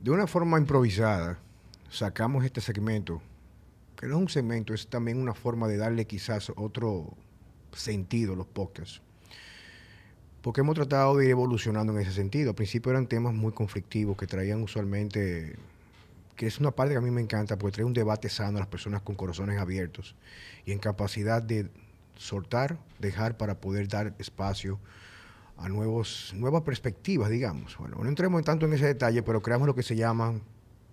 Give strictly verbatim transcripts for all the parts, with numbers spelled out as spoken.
De una forma improvisada, sacamos este segmento, que no es un segmento, es también una forma de darle quizás otro sentido a los podcasts. Porque hemos tratado de ir evolucionando en ese sentido. Al principio eran temas muy conflictivos que traían usualmente, que es una parte que a mí me encanta, porque trae un debate sano a las personas con corazones abiertos y en capacidad de soltar, dejar para poder dar espacio a nuevos, nuevas perspectivas, digamos. Bueno, no entremos tanto en ese detalle, pero creamos lo que se llaman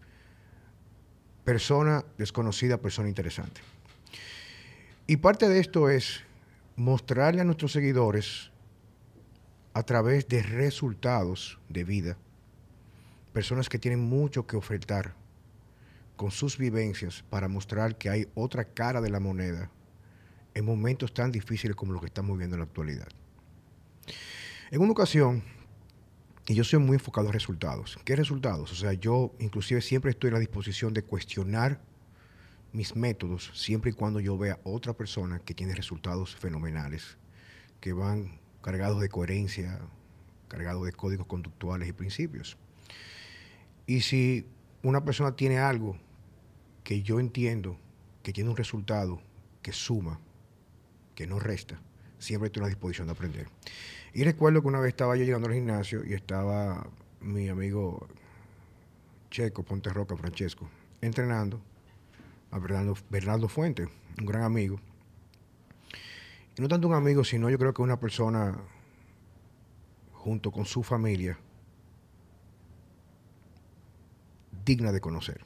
persona desconocida, persona interesante. Y parte de esto es mostrarle a nuestros seguidores a través de resultados de vida, personas que tienen mucho que ofertar con sus vivencias para mostrar que hay otra cara de la moneda en momentos tan difíciles como los que estamos viviendo en la actualidad. En una ocasión, y yo soy muy enfocado a resultados. ¿Qué resultados? O sea, yo inclusive siempre estoy en la disposición de cuestionar mis métodos siempre y cuando yo vea otra persona que tiene resultados fenomenales, que van cargados de coherencia, cargados de códigos conductuales y principios. Y si una persona tiene algo que yo entiendo que tiene un resultado que suma, que no resta, siempre estoy en la disposición de aprender. Y recuerdo que una vez estaba yo llegando al gimnasio y estaba mi amigo Checo Ponte Roca, Francesco, entrenando a Bernardo, Bernardo Fuente, un gran amigo. Y no tanto un amigo, sino yo creo que una persona junto con su familia digna de conocer.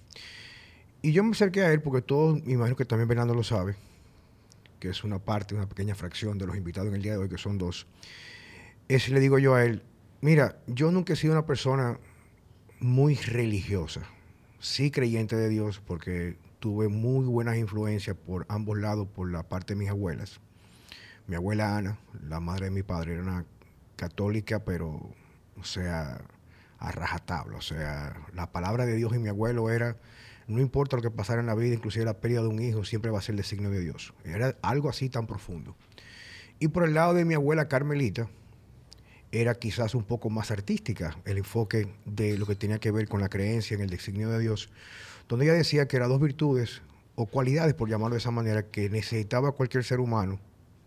Y yo me acerqué a él porque todos, me imagino que también Bernardo lo sabe, que es una parte, una pequeña fracción de los invitados en el día de hoy, que son dos. Es, le digo yo a él, mira, yo nunca he sido una persona muy religiosa, sí creyente de Dios, porque tuve muy buenas influencias por ambos lados, por la parte de mis abuelas. Mi abuela Ana, la madre de mi padre, era una católica, pero, o sea, a rajatabla. O sea, la palabra de Dios y mi abuelo era, no importa lo que pasara en la vida, inclusive la pérdida de un hijo, siempre va a ser el designio de Dios. Era algo así tan profundo. Y por el lado de mi abuela Carmelita, era quizás un poco más artística, el enfoque de lo que tenía que ver con la creencia en el designio de Dios, donde ella decía que eran dos virtudes o cualidades, por llamarlo de esa manera, que necesitaba cualquier ser humano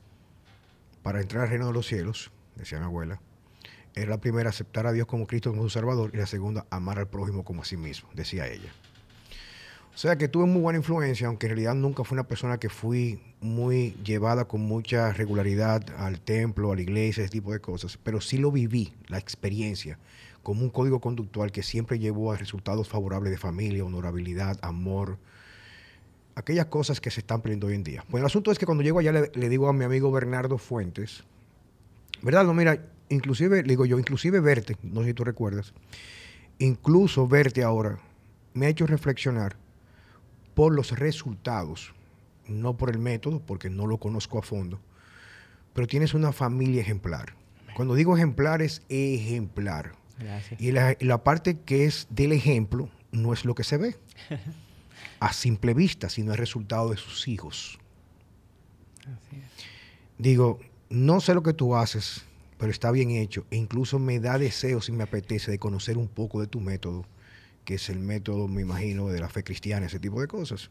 para entrar al reino de los cielos, decía mi abuela. Era la primera, aceptar a Dios como Cristo, como su Salvador, y la segunda, amar al prójimo como a sí mismo, decía ella. O sea que tuve muy buena influencia, aunque en realidad nunca fui una persona que fui muy llevada con mucha regularidad al templo, a la iglesia, ese tipo de cosas, pero sí lo viví, la experiencia, como un código conductual que siempre llevó a resultados favorables de familia, honorabilidad, amor, aquellas cosas que se están perdiendo hoy en día. Pues el asunto es que cuando llego allá le, le digo a mi amigo Bernardo Fuentes, ¿verdad? No, mira, inclusive, le digo yo, inclusive verte, no sé si tú recuerdas, incluso verte ahora me ha hecho reflexionar por los resultados, no por el método, porque no lo conozco a fondo, pero tienes una familia ejemplar. Cuando digo ejemplar es ejemplar. Gracias. Y la, la parte que es del ejemplo no es lo que se ve a simple vista, sino el resultado de sus hijos. Así es. Digo, no sé lo que tú haces, pero está bien hecho. E incluso me da deseo, si me apetece, de conocer un poco de tu método, que es el método, me imagino, de la fe cristiana, ese tipo de cosas.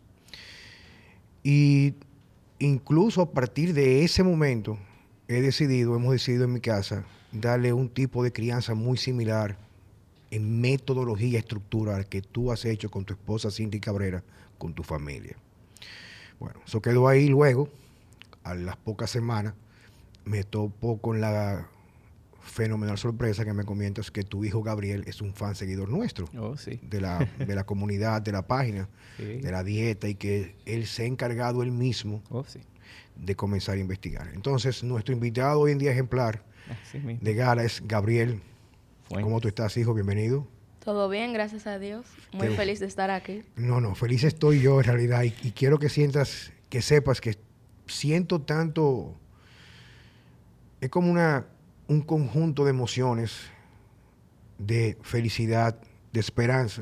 Y incluso a partir de ese momento, he decidido, hemos decidido en mi casa, darle un tipo de crianza muy similar en metodología estructural que tú has hecho con tu esposa Cindy Cabrera, con tu familia. Bueno, eso quedó ahí. Luego, a las pocas semanas, me topo con la fenomenal sorpresa que me comentas que tu hijo Gabriel es un fan seguidor nuestro. Oh, sí. De la, de la comunidad, de la página, Sí. de la dieta, y que él se ha encargado él mismo Oh, sí. de comenzar a investigar. Entonces, nuestro invitado hoy en día ejemplar Así mismo. de gala es Gabriel. Fuentes. ¿Cómo tú estás, hijo? Bienvenido. Todo bien, gracias a Dios. Muy Qué- feliz de estar aquí. No, no, feliz estoy yo en realidad, y, y quiero que sientas, que sepas que siento tanto, es como una, un conjunto de emociones, de felicidad, de esperanza,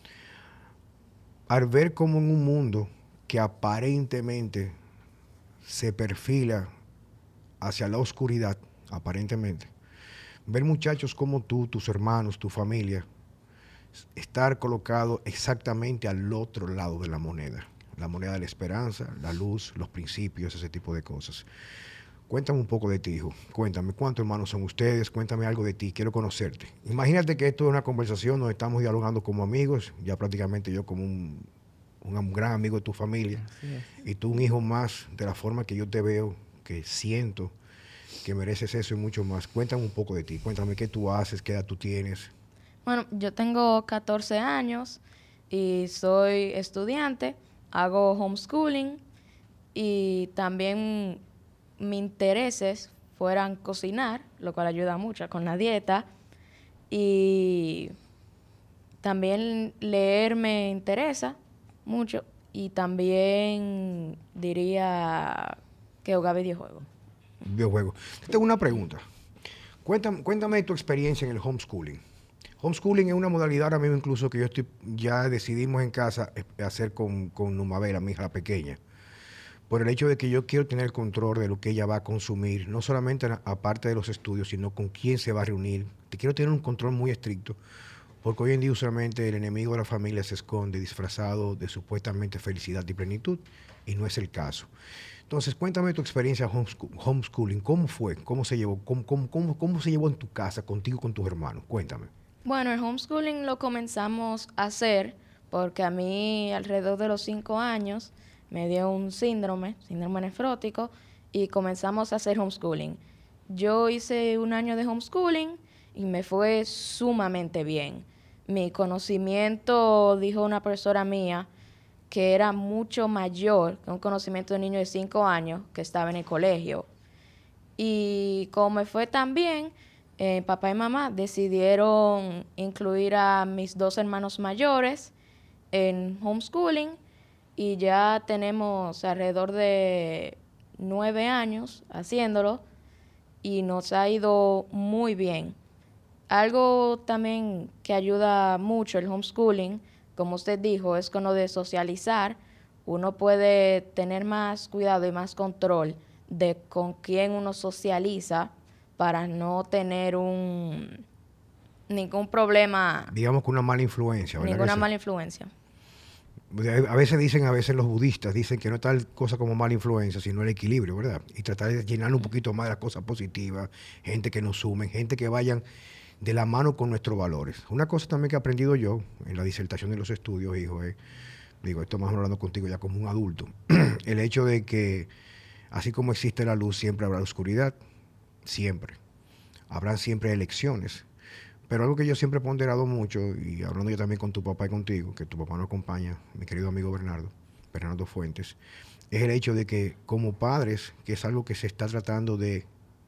al ver como en un mundo que aparentemente se perfila hacia la oscuridad, aparentemente, ver muchachos como tú, tus hermanos, tu familia, estar colocado exactamente al otro lado de la moneda. La moneda de la esperanza, la luz, los principios, ese tipo de cosas. Cuéntame un poco de ti, hijo. Cuéntame, ¿cuántos hermanos son ustedes? Cuéntame algo de ti, quiero conocerte. Imagínate que esto es una conversación donde estamos dialogando como amigos, ya prácticamente yo como un, un gran amigo de tu familia, Así es. y tú un hijo más de la forma que yo te veo, que siento que mereces eso y mucho más. Cuéntame un poco de ti, cuéntame qué tú haces, qué edad tú tienes. Bueno, yo tengo catorce años y soy estudiante, hago homeschooling y también mis intereses fueran cocinar, lo cual ayuda mucho con la dieta, y también leer me interesa mucho y también diría que jugar videojuegos. Videojuegos. Tengo una pregunta. Cuéntame, cuéntame de tu experiencia en el homeschooling. Homeschooling es una modalidad ahora mismo incluso que yo estoy, ya decidimos en casa eh, hacer con, con Numabela, mi hija la pequeña, por el hecho de que yo quiero tener el control de lo que ella va a consumir, no solamente a- aparte de los estudios, sino con quién se va a reunir. Te quiero tener un control muy estricto, porque hoy en día usualmente el enemigo de la familia se esconde disfrazado de supuestamente felicidad y plenitud, y no es el caso. Entonces, cuéntame tu experiencia homeschool- homeschooling. ¿Cómo fue? ¿Cómo se llevó? ¿Cómo, cómo, cómo, cómo se llevó en tu casa, contigo y con tus hermanos? Cuéntame. Bueno, el homeschooling lo comenzamos a hacer porque a mí alrededor de los cinco años me dio un síndrome, síndrome nefrótico, y comenzamos a hacer homeschooling. Yo hice un año de homeschooling y me fue sumamente bien. Mi conocimiento, dijo una profesora mía, que era mucho mayor que un conocimiento de un niño de cinco años que estaba en el colegio. Y como me fue tan bien, eh, papá y mamá decidieron incluir a mis dos hermanos mayores en homeschooling y ya tenemos alrededor de nueve años haciéndolo y nos ha ido muy bien. Algo también que ayuda mucho el homeschooling, como usted dijo, es con lo de socializar. Uno puede tener más cuidado y más control de con quién uno socializa para no tener un ningún problema, Digamos que una mala influencia, ¿verdad que ninguna sí? mala influencia. A veces dicen, a veces los budistas dicen que no es tal cosa como mala influencia, sino el equilibrio, ¿verdad? Y tratar de llenar un poquito más de las cosas positivas, gente que nos sumen, gente que vayan de la mano con nuestros valores. Una cosa también que he aprendido yo en la disertación de los estudios, hijo, es, digo, esto más hablando contigo ya como un adulto, el hecho de que así como existe la luz, siempre habrá oscuridad, siempre. Habrán siempre elecciones. Pero algo que yo siempre he ponderado mucho, y hablando yo también con tu papá y contigo, que tu papá nos acompaña, mi querido amigo Bernardo, Bernardo Fuentes, es el hecho de que como padres, que es algo que se está tratando de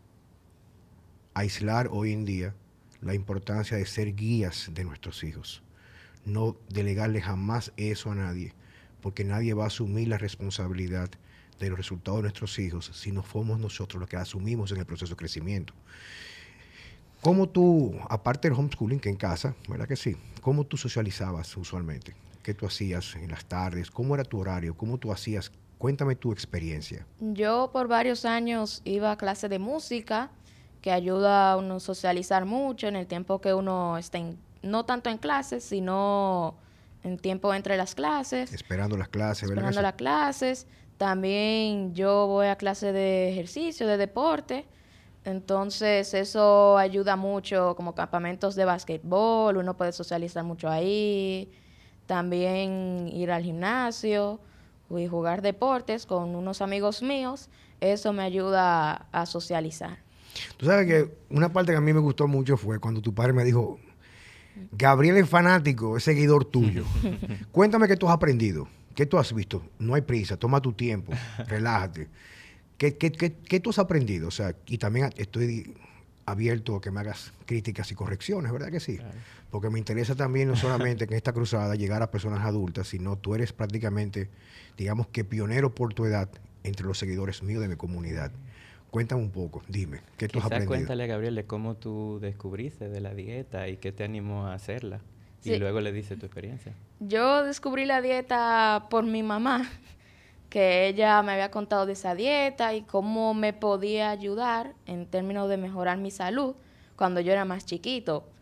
aislar hoy en día, la importancia de ser guías de nuestros hijos. No delegarle jamás eso a nadie, porque nadie va a asumir la responsabilidad de los resultados de nuestros hijos si no somos nosotros los que la asumimos en el proceso de crecimiento. ¿Cómo tú, aparte del homeschooling, que en casa, ¿verdad que sí? ¿Cómo tú socializabas usualmente? ¿Qué tú hacías en las tardes? ¿Cómo era tu horario? ¿Cómo tú hacías? Cuéntame tu experiencia. Yo por varios años iba a clase de música, que ayuda a uno socializar mucho en el tiempo que uno está en, no tanto en clases, sino en tiempo entre las clases, Esperando las clases, ¿verdad que esperando sí? las clases. También yo voy a clase de ejercicio, de deporte. Entonces eso ayuda mucho, como campamentos de basquetbol, uno puede socializar mucho ahí. También ir al gimnasio y jugar deportes con unos amigos míos. Eso me ayuda a socializar. Tú sabes que una parte que a mí me gustó mucho fue cuando tu padre me dijo, Gabriel es fanático, es seguidor tuyo. Cuéntame qué tú has aprendido, qué tú has visto. No hay prisa, toma tu tiempo, relájate. ¿Qué, qué, qué, qué tú has aprendido? O sea, y también estoy abierto a que me hagas críticas y correcciones, ¿verdad que sí? Claro. Porque me interesa también no solamente que en esta cruzada llegar a personas adultas, sino tú eres prácticamente, digamos que pionero por tu edad entre los seguidores míos de mi comunidad. Cuéntame un poco, dime, ¿qué tú has Quizás aprendido? cuéntale a Gabriel de cómo tú descubriste de la dieta y qué te animó a hacerla. Y Sí. luego le dice tu experiencia. Yo descubrí la dieta por mi mamá, que ella me había contado de esa dieta y cómo me podía ayudar en términos de mejorar mi salud cuando yo era más chiquito.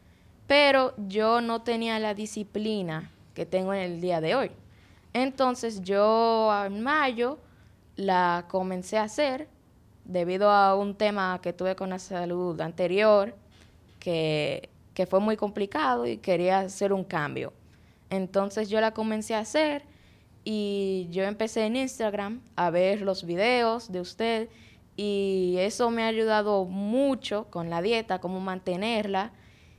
pero yo no tenía la disciplina que tengo en el día de hoy. Entonces yo en mayo la comencé a hacer debido a un tema que tuve con la salud anterior que, que fue muy complicado y quería hacer un cambio. Entonces yo la comencé a hacer y yo empecé en Instagram a ver los videos de usted y eso me ha ayudado mucho con la dieta, cómo mantenerla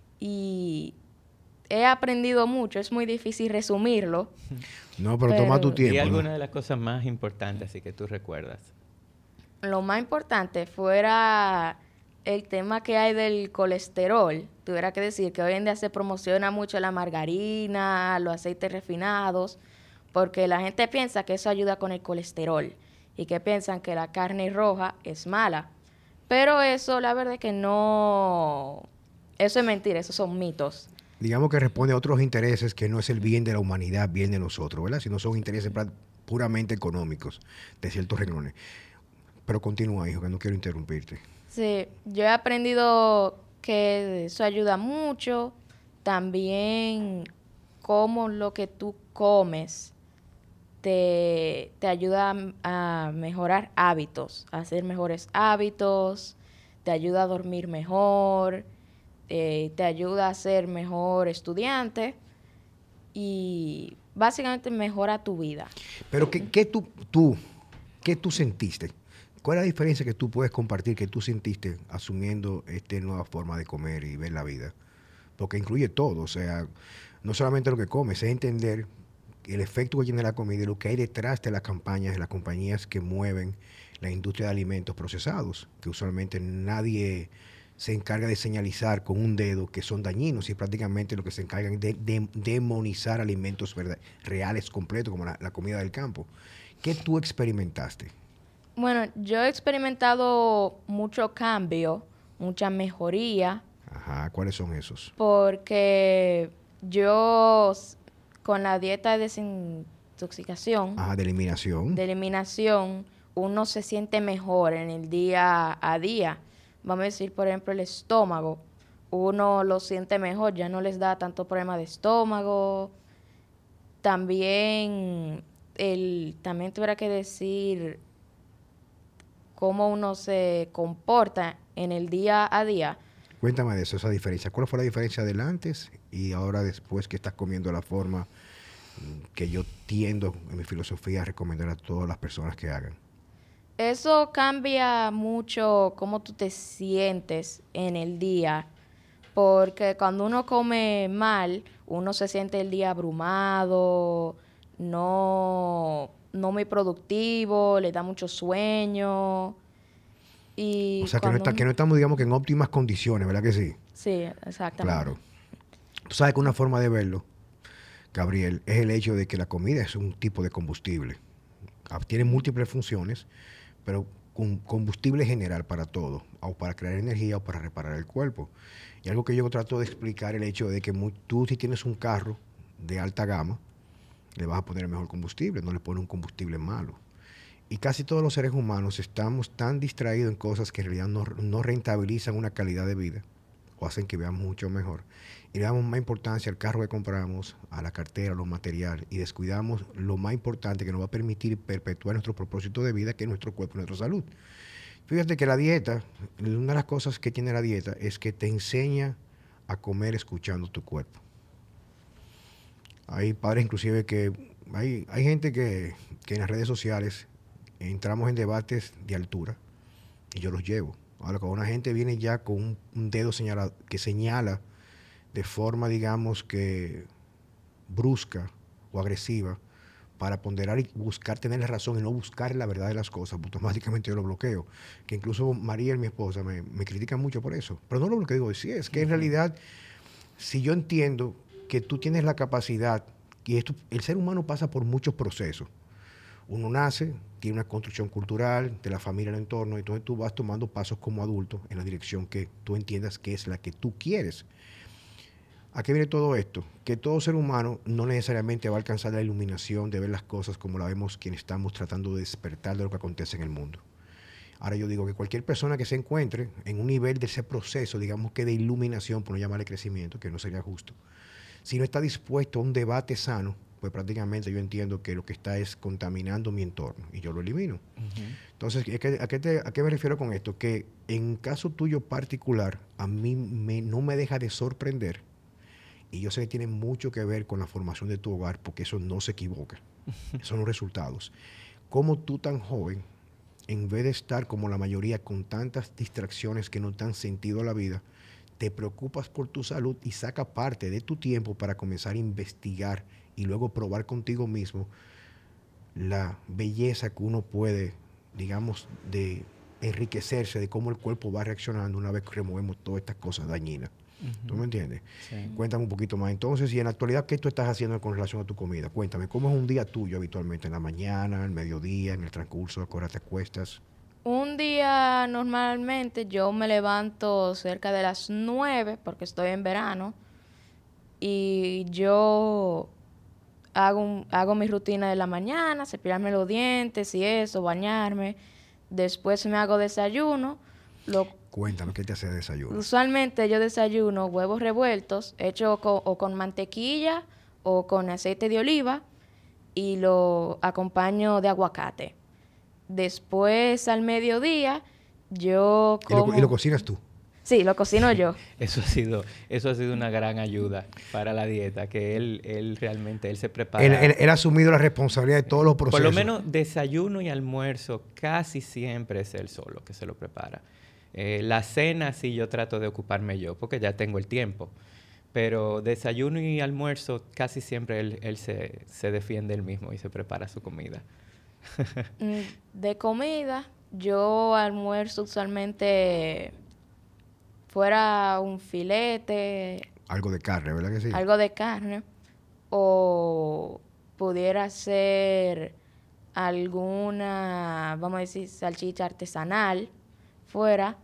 y he aprendido mucho. Es muy difícil resumirlo. No, pero, pero toma tu tiempo. ¿Y alguna ¿no? de las cosas más importantes así que tú recuerdas? Lo más importante fuera el tema que hay del colesterol. Tuviera que decir que hoy en día se promociona mucho la margarina, los aceites refinados, porque la gente piensa que eso ayuda con el colesterol y que piensan que la carne roja es mala. Pero eso, la verdad es que no... Eso es mentira, esos son mitos. Digamos que responde a otros intereses que no es el bien de la humanidad, bien de nosotros, ¿verdad? Sino son intereses puramente económicos de ciertos renglones. Pero continúa, hijo, que no quiero interrumpirte. Sí, yo he aprendido que eso ayuda mucho. También cómo lo que tú comes te, te ayuda a, a mejorar hábitos, a hacer mejores hábitos, te ayuda a dormir mejor, eh, te ayuda a ser mejor estudiante y básicamente mejora tu vida. Pero ¿qué, qué tú, tú, qué tú sentiste? ¿Cuál es la diferencia que tú puedes compartir, que tú sentiste asumiendo esta nueva forma de comer y ver la vida? Porque incluye todo, o sea, no solamente lo que comes, es entender el efecto que tiene la comida y lo que hay detrás de las campañas, de las compañías que mueven la industria de alimentos procesados, que usualmente nadie se encarga de señalizar con un dedo que son dañinos y prácticamente lo que se encargan de, de demonizar alimentos verdad, reales, completos, como la, la comida del campo. ¿Qué tú experimentaste? Bueno, yo he experimentado mucho cambio, mucha mejoría. Ajá, ¿cuáles son esos? Porque yo con la dieta de desintoxicación, Ajá, de eliminación. de eliminación, uno se siente mejor en el día a día. Vamos a decir, por ejemplo, el estómago. Uno lo siente mejor, ya no les da tanto problema de estómago. También, el, también tuviera que decir cómo uno se comporta en el día a día. Cuéntame de eso, esa diferencia. ¿Cuál fue la diferencia del antes y ahora después que estás comiendo la forma que yo tiendo en mi filosofía a recomendar a todas las personas que hagan? Eso cambia mucho cómo tú te sientes en el día, porque cuando uno come mal, uno se siente el día abrumado, no, no muy productivo, le da mucho sueño. Y o sea, que no, está, uno... que no estamos, digamos, que en óptimas condiciones, ¿verdad que sí? Sí, exactamente. Claro. Tú sabes que una forma de verlo, Gabriel, es el hecho de que la comida es un tipo de combustible. Tiene múltiples funciones, pero un combustible general para todo, o para crear energía o para reparar el cuerpo. Y algo que yo trato de explicar, el hecho de que muy, tú si tienes un carro de alta gama, le vas a poner el mejor combustible, no le pones un combustible malo. Y casi todos los seres humanos estamos tan distraídos en cosas que en realidad no, no rentabilizan una calidad de vida o hacen que veamos mucho mejor. Y le damos más importancia al carro que compramos, a la cartera, a los materiales, y descuidamos lo más importante que nos va a permitir perpetuar nuestro propósito de vida, que es nuestro cuerpo y nuestra salud. Fíjate que la dieta, una de las cosas que tiene la dieta es que te enseña a comer escuchando tu cuerpo. Hay padres inclusive que, hay, hay gente que, que en las redes sociales entramos en debates de altura y yo los llevo. Ahora, cuando una gente viene ya con un, un dedo señala, que señala de forma, digamos, que brusca o agresiva para ponderar y buscar tener la razón y no buscar la verdad de las cosas, automáticamente yo lo bloqueo. Que incluso María, mi esposa, me, me critica mucho por eso. Pero no lo bloqueo, digo, sí, es que en realidad, si yo entiendo que tú tienes la capacidad, y esto, el ser humano pasa por muchos procesos. Uno nace, tiene una construcción cultural de la familia, el entorno, y entonces tú vas tomando pasos como adulto en la dirección que tú entiendas que es la que tú quieres. ¿A qué viene todo esto? Que todo ser humano no necesariamente va a alcanzar la iluminación de ver las cosas como la vemos quienes estamos tratando de despertar de lo que acontece en el mundo. Ahora yo digo que cualquier persona que se encuentre en un nivel de ese proceso, digamos que de iluminación, por no llamarle crecimiento, que no sería justo, si no está dispuesto a un debate sano, pues prácticamente yo entiendo que lo que está es contaminando mi entorno y yo lo elimino. Uh-huh. Entonces, ¿a qué, a, qué te, ¿a qué me refiero con esto? Que en caso tuyo particular, a mí me, no me deja de sorprender, y yo sé que tiene mucho que ver con la formación de tu hogar, porque eso no se equivoca. Esos son los resultados. Como tú tan joven, en vez de estar como la mayoría con tantas distracciones que no dan sentido a la vida, te preocupas por tu salud y saca parte de tu tiempo para comenzar a investigar y luego probar contigo mismo la belleza que uno puede, digamos, de enriquecerse de cómo el cuerpo va reaccionando una vez que removemos todas estas cosas dañinas. Uh-huh. ¿Tú me entiendes? Sí. Cuéntame un poquito más. Entonces, y en la actualidad, ¿qué tú estás haciendo con relación a tu comida? Cuéntame, ¿cómo es un día tuyo habitualmente? ¿En la mañana, al mediodía, en el transcurso? ¿A qué hora te acuestas? Un día normalmente yo me levanto cerca de las nueve porque estoy en verano y yo hago, un, hago mi rutina de la mañana, cepillarme los dientes y eso, bañarme. Después me hago desayuno. Lo, Cuéntame, ¿qué te hace desayuno? Usualmente yo desayuno huevos revueltos, hechos con, o con mantequilla o con aceite de oliva y lo acompaño de aguacate. Después, al mediodía, yo como... ¿Y lo, y lo cocinas tú? Sí, lo cocino yo. Eso ha sido, eso ha sido una gran ayuda para la dieta, que él, él realmente, él se prepara... Él, él, él ha asumido la responsabilidad de todos los procesos. Por lo menos desayuno y almuerzo casi siempre es él solo que se lo prepara. Eh, la cena sí yo trato de ocuparme yo, porque ya tengo el tiempo. Pero desayuno y almuerzo casi siempre él, él se, se defiende él mismo y se prepara su comida. De comida, yo almuerzo usualmente fuera un filete. Algo de carne, ¿verdad que sí? Algo de carne. O pudiera ser alguna, vamos a decir, salchicha artesanal fuera.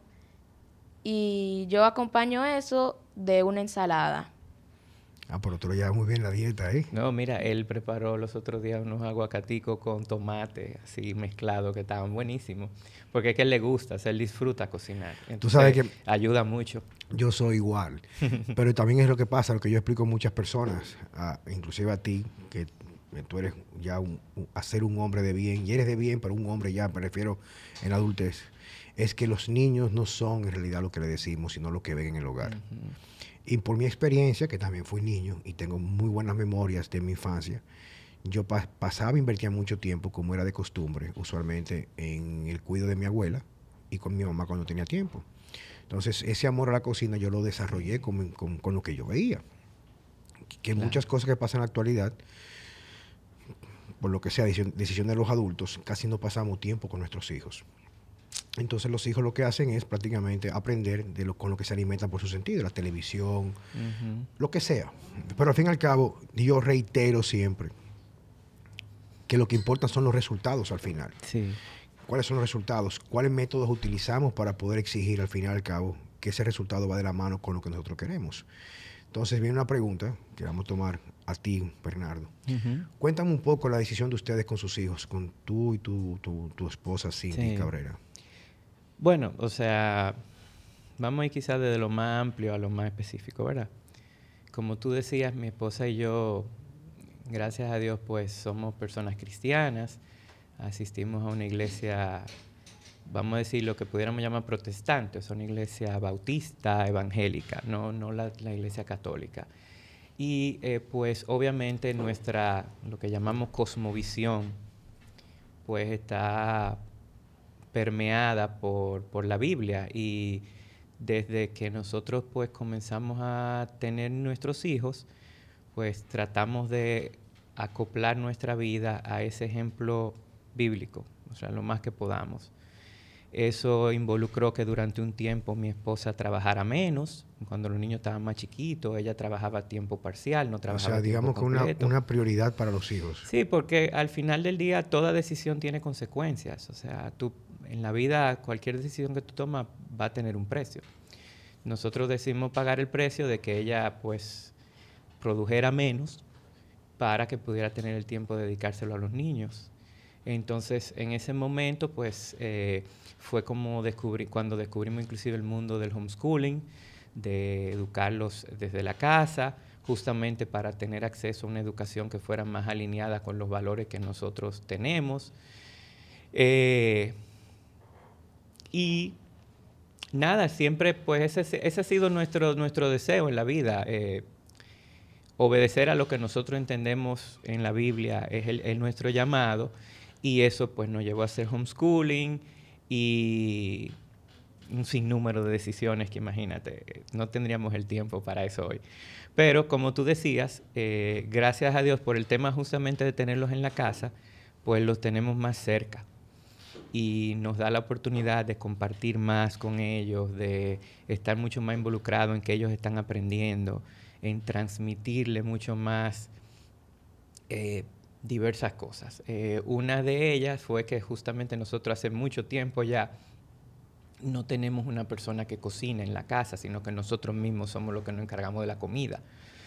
Y yo acompaño eso de una ensalada. Ah, pero tú lo llevas muy bien la dieta, ¿eh? No, mira, él preparó los otros días unos aguacaticos con tomate, así mezclados, que estaban buenísimos. Porque es que él le gusta, o sea, él disfruta cocinar. Entonces, tú sabes que ayuda mucho. Yo soy igual. Pero también es lo que pasa, lo que yo explico a muchas personas, a, inclusive a ti, que tú eres ya un, un, a ser un hombre de bien, y eres de bien, pero un hombre ya, me refiero en adultez, es que los niños no son en realidad lo que le decimos, sino lo que ven en el hogar. Uh-huh. Y por mi experiencia, que también fui niño y tengo muy buenas memorias de mi infancia, yo pa- pasaba e invertía mucho tiempo, como era de costumbre, usualmente en el cuidado de mi abuela y con mi mamá cuando tenía tiempo. Entonces, ese amor a la cocina yo lo desarrollé con, con, con lo que yo veía. Que claro. Muchas cosas que pasan en la actualidad, por lo que sea decisión, decisión de los adultos, casi no pasamos tiempo con nuestros hijos. Entonces los hijos lo que hacen es prácticamente aprender de lo, con lo que se alimentan por su sentido, la televisión, uh-huh. lo que sea. Pero al fin y al cabo, yo reitero siempre que lo que importa son los resultados al final. Sí. ¿Cuáles son los resultados? ¿Cuáles métodos utilizamos para poder exigir al fin y al cabo que ese resultado va de la mano con lo que nosotros queremos? Entonces viene una pregunta que vamos a tomar a ti, Bernardo. Uh-huh. Cuéntame un poco la decisión de ustedes con sus hijos, con tú y tu, tu, tu esposa, Cindy sí. Cabrera. Bueno, o sea, vamos a ir quizás desde lo más amplio a lo más específico, ¿verdad? Como tú decías, mi esposa y yo, gracias a Dios, pues somos personas cristianas. Asistimos a una iglesia, vamos a decir, lo que pudiéramos llamar protestante, es una iglesia bautista, evangélica, no, no la, la iglesia católica. Y eh, pues obviamente nuestra, lo que llamamos cosmovisión, pues está permeada por, por la Biblia. Y desde que nosotros pues comenzamos a tener nuestros hijos, pues tratamos de acoplar nuestra vida a ese ejemplo bíblico, o sea, lo más que podamos. Eso involucró que durante un tiempo mi esposa trabajara menos. Cuando los niños estaban más chiquitos, ella trabajaba a tiempo parcial, no trabajaba a tiempo completo. O sea, digamos que una, una prioridad para los hijos. Sí, porque al final del día toda decisión tiene consecuencias. O sea, tú, en la vida cualquier decisión que tú tomas va a tener un precio. Nosotros decidimos pagar el precio de que ella, pues, produjera menos para que pudiera tener el tiempo de dedicárselo a los niños. Entonces, en ese momento, pues, eh, fue como descubrí, cuando descubrimos inclusive el mundo del homeschooling, de educarlos desde la casa, justamente para tener acceso a una educación que fuera más alineada con los valores que nosotros tenemos. Eh, y nada, siempre, pues, ese, ese ha sido nuestro, nuestro deseo en la vida. Eh, obedecer a lo que nosotros entendemos en la Biblia es, el, es nuestro llamado, y eso pues nos llevó a hacer homeschooling y un sinnúmero de decisiones que, imagínate, no tendríamos el tiempo para eso hoy. Pero como tú decías, eh, gracias a Dios por el tema justamente de tenerlos en la casa, pues los tenemos más cerca y nos da la oportunidad de compartir más con ellos, de estar mucho más involucrado en que ellos están aprendiendo, en transmitirle mucho más eh, diversas cosas. Eh, una de ellas fue que justamente nosotros hace mucho tiempo ya no tenemos una persona que cocina en la casa, sino que nosotros mismos somos los que nos encargamos de la comida.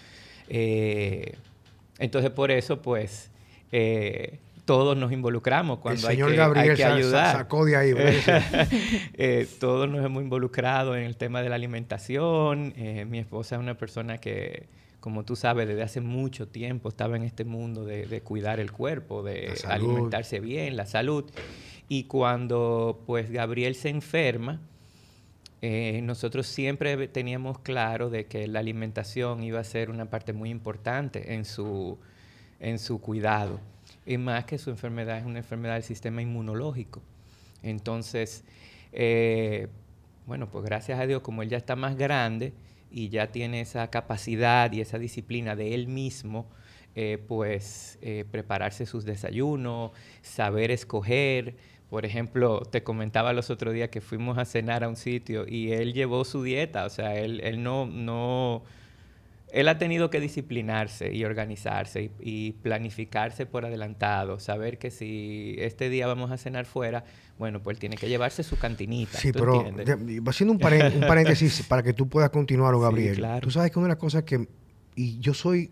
Eh, entonces, por eso, pues, eh, todos nos involucramos cuando hay que, El señor Gabriel hay que ayudar. sacó de ahí, ¿verdad? eh, todos nos hemos involucrado en el tema de la alimentación. Eh, mi esposa es una persona que, como tú sabes, desde hace mucho tiempo estaba en este mundo de, de cuidar el cuerpo, de alimentarse bien, la salud. Y cuando pues Gabriel se enferma, eh, nosotros siempre teníamos claro de que la alimentación iba a ser una parte muy importante en su, en su cuidado. Y más que su enfermedad es una enfermedad del sistema inmunológico. Entonces, eh, bueno, pues gracias a Dios, como él ya está más grande y ya tiene esa capacidad y esa disciplina de él mismo, eh, pues eh, prepararse sus desayunos, saber escoger. Por ejemplo, te comentaba los otros días que fuimos a cenar a un sitio y él llevó su dieta. O sea, él, él no... no Él ha tenido que disciplinarse y organizarse y, y planificarse por adelantado, saber que si este día vamos a cenar fuera, bueno, pues él tiene que llevarse su cantinita. Sí, pero de, haciendo un, paré, un paréntesis para que tú puedas continuar, Gabriel. Sí, claro. Tú sabes que una de las cosas que... Y yo soy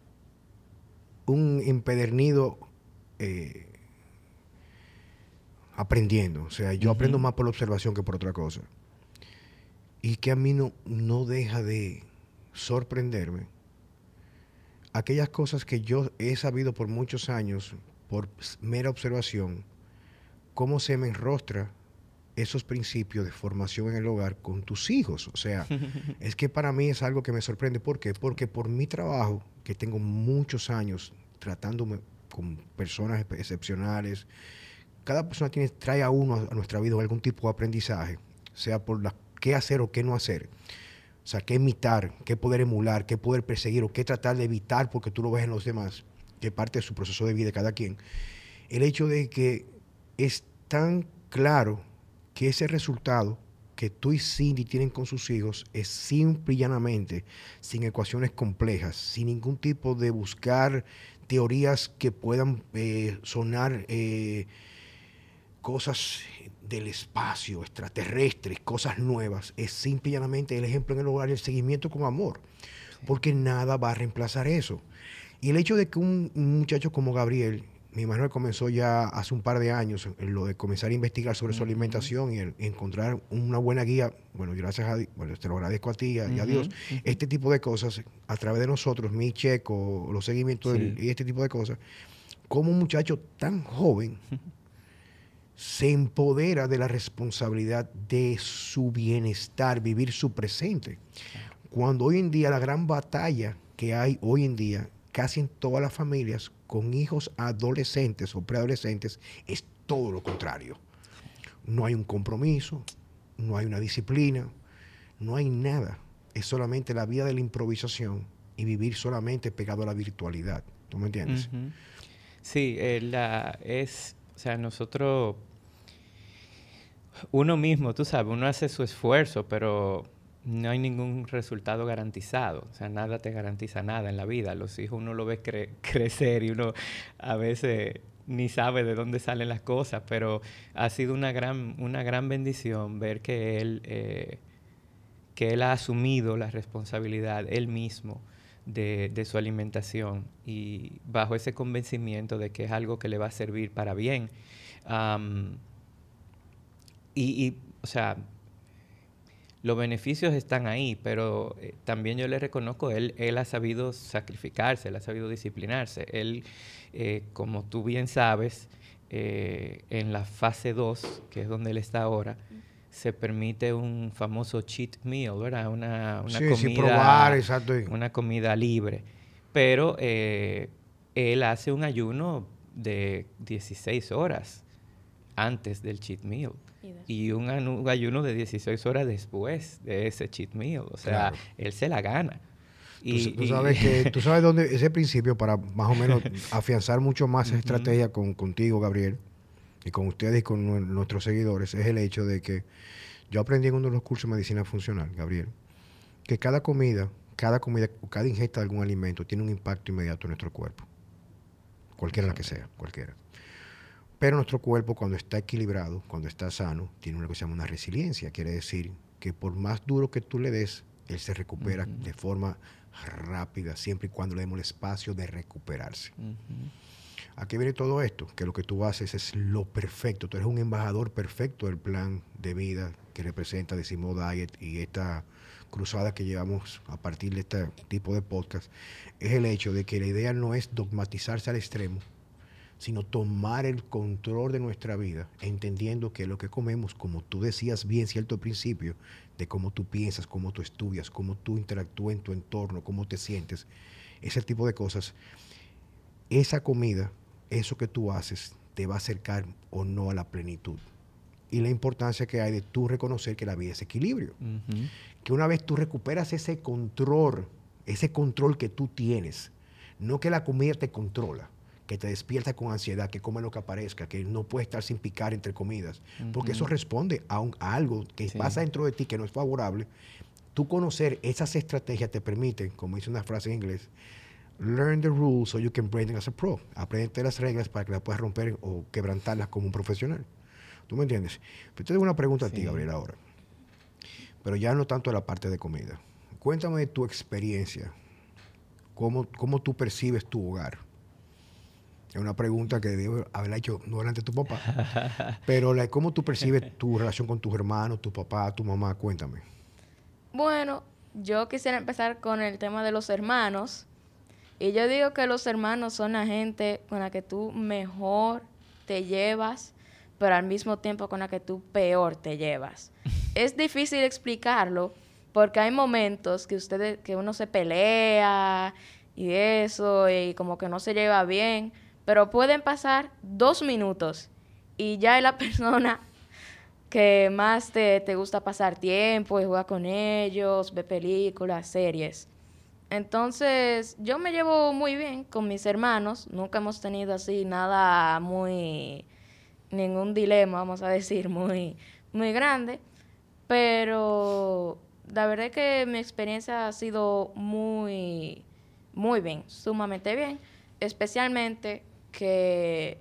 un empedernido eh, aprendiendo. O sea, yo uh-huh. aprendo más por la observación que por otra cosa. Y que a mí no, no deja de sorprenderme aquellas cosas que yo he sabido por muchos años, por mera observación, cómo se me enrostra esos principios de formación en el hogar con tus hijos. O sea, es que para mí es algo que me sorprende. ¿Por qué? Porque por mi trabajo, que tengo muchos años tratándome con personas excepcionales, cada persona tiene, trae a uno a nuestra vida algún tipo de aprendizaje, sea por la, qué hacer o qué no hacer. O sea, qué imitar, qué poder emular, qué poder perseguir o qué tratar de evitar porque tú lo ves en los demás, que es parte de su proceso de vida de cada quien. El hecho de que es tan claro que ese resultado que tú y Cindy tienen con sus hijos es simple y llanamente, sin ecuaciones complejas, sin ningún tipo de buscar teorías que puedan eh, sonar eh, cosas del espacio, extraterrestres, cosas nuevas. Es simple y llanamente el ejemplo en el hogar y el seguimiento con amor, sí. Porque nada va a reemplazar eso. Y el hecho de que un, un muchacho como Gabriel, mi hermano comenzó ya hace un par de años en lo de comenzar a investigar sobre uh-huh. su alimentación y el, encontrar una buena guía, bueno, gracias a Dios, bueno, te lo agradezco a ti y a, uh-huh. y a Dios, uh-huh. este tipo de cosas, a través de nosotros, mi checo, los seguimientos sí. del, y este tipo de cosas, como un muchacho tan joven uh-huh. se empodera de la responsabilidad de su bienestar, vivir su presente. Claro. Cuando hoy en día la gran batalla que hay hoy en día, casi en todas las familias, con hijos adolescentes o preadolescentes, es todo lo contrario. No hay un compromiso, no hay una disciplina, no hay nada. Es solamente la vida de la improvisación y vivir solamente pegado a la virtualidad. ¿Tú me entiendes? Uh-huh. Sí, eh, la, es, o sea, nosotros, uno mismo, tú sabes, uno hace su esfuerzo, pero no hay ningún resultado garantizado. O sea, nada te garantiza nada en la vida. Los hijos uno lo ve cre- crecer y uno a veces ni sabe de dónde salen las cosas, pero ha sido una gran, una gran bendición ver que él, eh, que él ha asumido la responsabilidad él mismo de, de su alimentación y bajo ese convencimiento de que es algo que le va a servir para bien. Um, y, y, o sea, los beneficios están ahí, pero eh, también yo le reconozco, él, él ha sabido sacrificarse, él ha sabido disciplinarse. Él, eh, como tú bien sabes, eh, en la fase dos, que es donde él está ahora, se permite un famoso cheat meal, ¿verdad? Una, una sí, comida, sí, probar, exacto. una comida libre. Pero eh, él hace un ayuno de dieciséis horas antes del cheat meal. Y un, anu- un ayuno de dieciséis horas después de ese cheat meal. O sea, claro, él se la gana. Y, tú, tú sabes y... que tú sabes dónde ese principio, para más o menos afianzar mucho más esa estrategia con, contigo, Gabriel, y con ustedes y con nu- nuestros seguidores, es el hecho de que yo aprendí en uno de los cursos de medicina funcional, Gabriel, que cada comida, cada comida, cada ingesta de algún alimento tiene un impacto inmediato en nuestro cuerpo. Cualquiera la que sea, cualquiera. Pero nuestro cuerpo, cuando está equilibrado, cuando está sano, tiene lo que se llama una resiliencia. Quiere decir que por más duro que tú le des, él se recupera uh-huh. de forma rápida, siempre y cuando le demos el espacio de recuperarse. Uh-huh. ¿A qué viene todo esto? Que lo que tú haces es lo perfecto. Tú eres un embajador perfecto del plan de vida que representa Decimo Diet y esta cruzada que llevamos a partir de este tipo de podcast. Es el hecho de que la idea no es dogmatizarse al extremo, sino tomar el control de nuestra vida, entendiendo que lo que comemos, como tú decías bien cierto principio, de cómo tú piensas, cómo tú estudias, cómo tú interactúas en tu entorno, cómo te sientes, ese tipo de cosas, esa comida, eso que tú haces, te va a acercar o no a la plenitud. Y la importancia que hay de tú reconocer que la vida es equilibrio. Uh-huh. Que una vez tú recuperas ese control, ese control que tú tienes, no que la comida te controla, que te despierta con ansiedad, que come lo que aparezca, que no puedes estar sin picar entre comidas, uh-huh. porque eso responde a, un, a algo que sí. pasa dentro de ti que no es favorable. Tú conocer esas estrategias te permiten, como dice una frase en inglés, learn the rules so you can break them as a pro. Aprende las reglas para que las puedas romper o quebrantarlas como un profesional. ¿Tú me entiendes? Pero te tengo una pregunta sí. a ti, Gabriel, ahora. Pero ya no tanto de la parte de comida. Cuéntame de tu experiencia. ¿Cómo, cómo tú percibes tu hogar? Es una pregunta que debo haberla hecho no delante de tu papá. Pero la, ¿cómo tú percibes tu relación con tus hermanos, tu papá, tu mamá? Cuéntame. Bueno, yo quisiera empezar con el tema de los hermanos. Y yo digo que los hermanos son la gente con la que tú mejor te llevas, pero al mismo tiempo con la que tú peor te llevas. Es difícil explicarlo porque hay momentos que ustedes, que uno se pelea y eso, y como que no se lleva bien, pero pueden pasar dos minutos y ya es la persona que más te, te gusta pasar tiempo y jugar con ellos, ver películas, series. Entonces, yo me llevo muy bien con mis hermanos. Nunca hemos tenido así nada muy... ningún dilema, vamos a decir, muy, muy grande. Pero la verdad es que mi experiencia ha sido muy, muy bien, sumamente bien. Especialmente que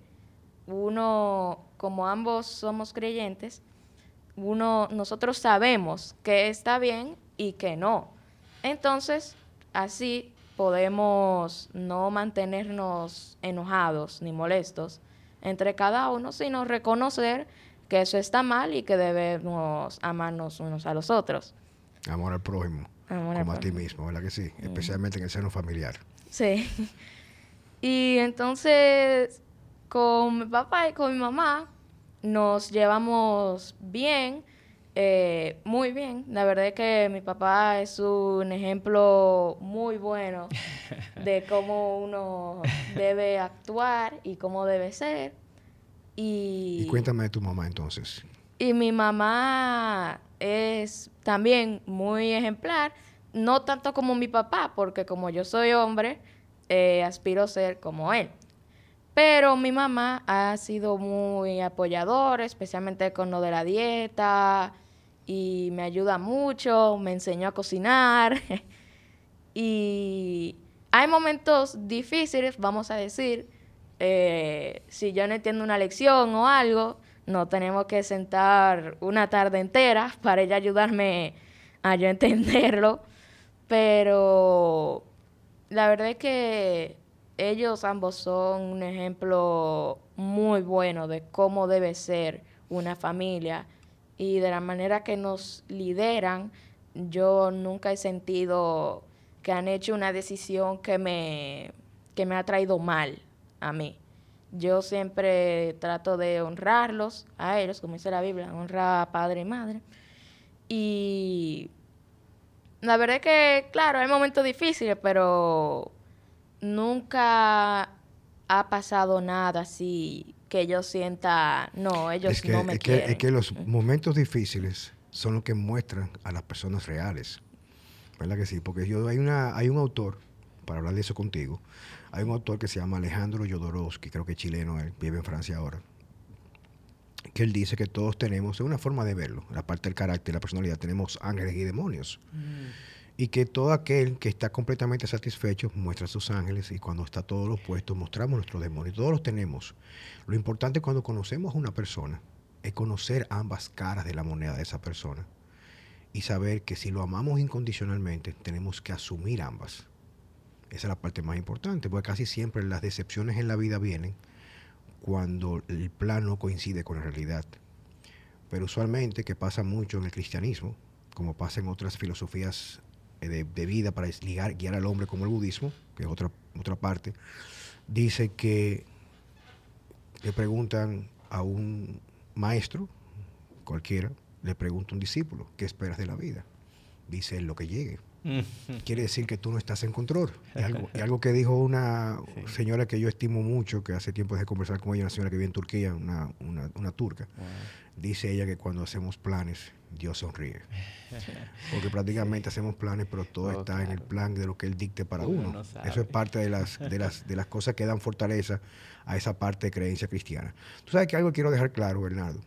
uno, como ambos somos creyentes, uno, nosotros sabemos que está bien y que no. Entonces, así podemos no mantenernos enojados ni molestos entre cada uno, sino reconocer que eso está mal y que debemos amarnos unos a los otros. Amor al prójimo, Amor como al a ti prójimo. mismo, ¿verdad que sí? Mm. Especialmente en el seno familiar. Sí. Y entonces, con mi papá y con mi mamá nos llevamos bien, eh, muy bien. La verdad es que mi papá es un ejemplo muy bueno de cómo uno debe actuar y cómo debe ser. Y, y cuéntame de tu mamá entonces. Y mi mamá es también muy ejemplar, no tanto como mi papá, porque como yo soy hombre, eh, aspiro a ser como él. Pero mi mamá ha sido muy apoyadora, especialmente con lo de la dieta, y me ayuda mucho, me enseñó a cocinar. Y hay momentos difíciles, vamos a decir, eh, si yo no entiendo una lección o algo, no tenemos que sentar una tarde entera para ella ayudarme a yo entenderlo, pero la verdad es que ellos ambos son un ejemplo muy bueno de cómo debe ser una familia y de la manera que nos lideran. Yo nunca he sentido que han hecho una decisión que me, que me ha traído mal a mí. Yo siempre trato de honrarlos a ellos, como dice la Biblia, honra a padre y madre. Y la verdad es que, claro, hay momentos difíciles, pero nunca ha pasado nada así que yo sienta, no, Es ellos que, no me es que, es quieren. que los momentos difíciles son los que muestran a las personas reales. ¿Verdad que sí? Porque yo hay una hay un autor, para hablar de eso contigo, hay un autor que se llama Alejandro Jodorowsky, creo que es chileno, él vive en Francia ahora, que él dice que todos tenemos, es una forma de verlo, la parte del carácter, la personalidad, tenemos ángeles y demonios. Mm. Y que todo aquel que está completamente satisfecho muestra sus ángeles y cuando está todo lo opuesto mostramos nuestros demonios. Todos los tenemos. Lo importante cuando conocemos a una persona es conocer ambas caras de la moneda de esa persona y saber que si lo amamos incondicionalmente tenemos que asumir ambas. Esa es la parte más importante, porque casi siempre las decepciones en la vida vienen cuando el plan no coincide con la realidad. Pero usualmente, que pasa mucho en el cristianismo, como pasa en otras filosofías de, de vida para ligar, guiar al hombre como el budismo, que es otra, otra parte, dice que le preguntan a un maestro, cualquiera, le pregunta a un discípulo, ¿qué esperas de la vida? Dice, lo que llegue. Quiere decir que tú no estás en control. Y algo, y algo que dijo una sí. señora que yo estimo mucho, que hace tiempo dejé de conversar con ella, una señora que vive en Turquía, una, una, una turca. Wow. Dice ella que cuando hacemos planes, Dios sonríe. Porque prácticamente sí. hacemos planes, pero todo oh, está claro. en el plan de lo que Él dicte para uno. uno. No Eso es parte de las, de, las, de las cosas que dan fortaleza a esa parte de creencia cristiana. Tú sabes que algo quiero dejar claro, Bernardo.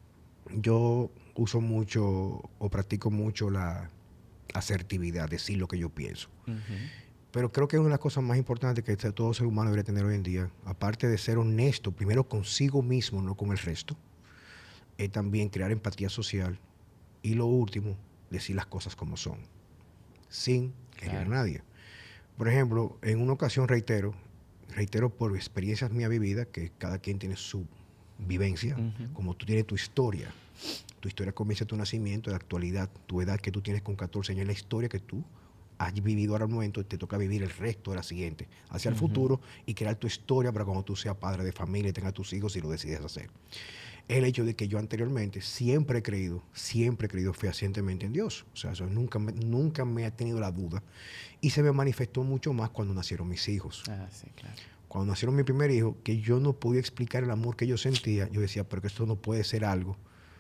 Yo uso mucho o practico mucho la asertividad, decir lo que yo pienso. Uh-huh. Pero creo que una de las cosas más importantes que todo ser humano debería tener hoy en día, aparte de ser honesto, primero consigo mismo, no con el resto, es también crear empatía social y lo último, decir las cosas como son, sin herir claro. a nadie. Por ejemplo, en una ocasión reitero, reitero por experiencias mías vividas, que cada quien tiene su vivencia, uh-huh. como tú tienes tu historia. Tu historia comienza tu nacimiento, la actualidad, tu edad que tú tienes con catorce años, la historia que tú has vivido ahora al momento, te toca vivir el resto de la siguiente, hacia el uh-huh. futuro y crear tu historia para cuando tú seas padre de familia y tengas tus hijos y lo decides hacer. El hecho de que yo anteriormente siempre he creído, siempre he creído fehacientemente en Dios. O sea, eso nunca, me, nunca me ha tenido la duda y se me manifestó mucho más cuando nacieron mis hijos. Ah, sí, claro. Cuando nacieron mi primer hijo, que yo no podía explicar el amor que yo sentía, yo decía, pero que esto no puede ser algo